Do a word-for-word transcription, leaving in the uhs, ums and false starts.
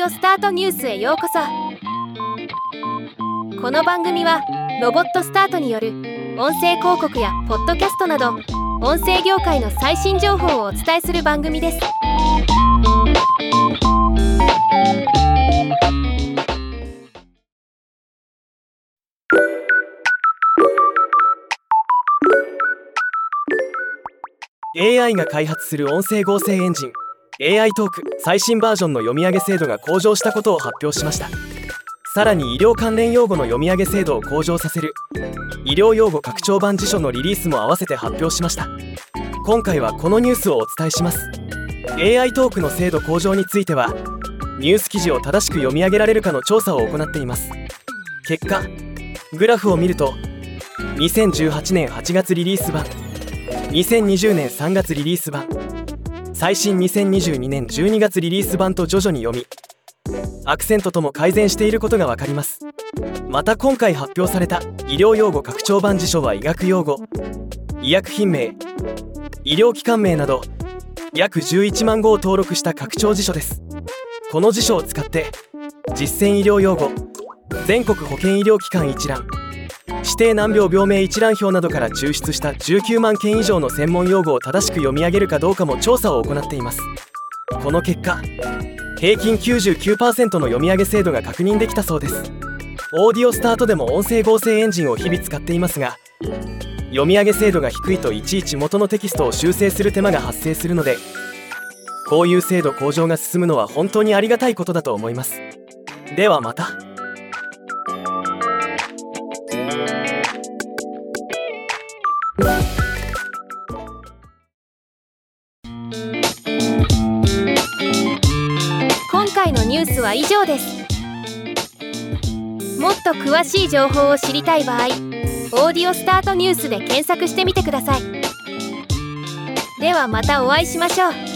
オスタートニュースへようこそ。この番組はロボットスタートによる音声広告やポッドキャストなど音声業界の最新情報をお伝えする番組です。 エーアイ が開発する音声合成エンジン エーアイ トーク最新バージョンの読み上げ精度が向上したことを発表しました。さらに医療関連用語の読み上げ精度を向上させる医療用語拡張版辞書のリリースも合わせて発表しました。今回はこのニュースをお伝えします。 エーアイ トークの精度向上についてはニュース記事を正しく読み上げられるかの調査を行っています。結果グラフを見るとにせんじゅうはちねんはちがつリリース版、にせんにじゅうねんさんがつリリース版、最新にせんにじゅうにねんじゅうにがつリリース版と徐々に読みアクセントとも改善していることが分かります。また今回発表された医療用語拡張版辞書は医学用語、医薬品名、医療機関名など約じゅういちまんごを登録した拡張辞書です。この辞書を使って実践医療用語、全国保健医療機関一覧、指定難病病名一覧表などから抽出したじゅうきゅうまんけん以上の専門用語を正しく読み上げるかどうかも調査を行っています。この結果平均 きゅうじゅうきゅうパーセント の読み上げ精度が確認できたそうです。オーディオスタートでも音声合成エンジンを日々使っていますが、読み上げ精度が低いといちいち元のテキストを修正する手間が発生するので、こういう精度向上が進むのは本当にありがたいことだと思います。ではまた。 今回のニュースは以上です。もっと詳しい情報を知りたい場合、オーディオスタートニュースで検索してみてください。ではまたお会いしましょう。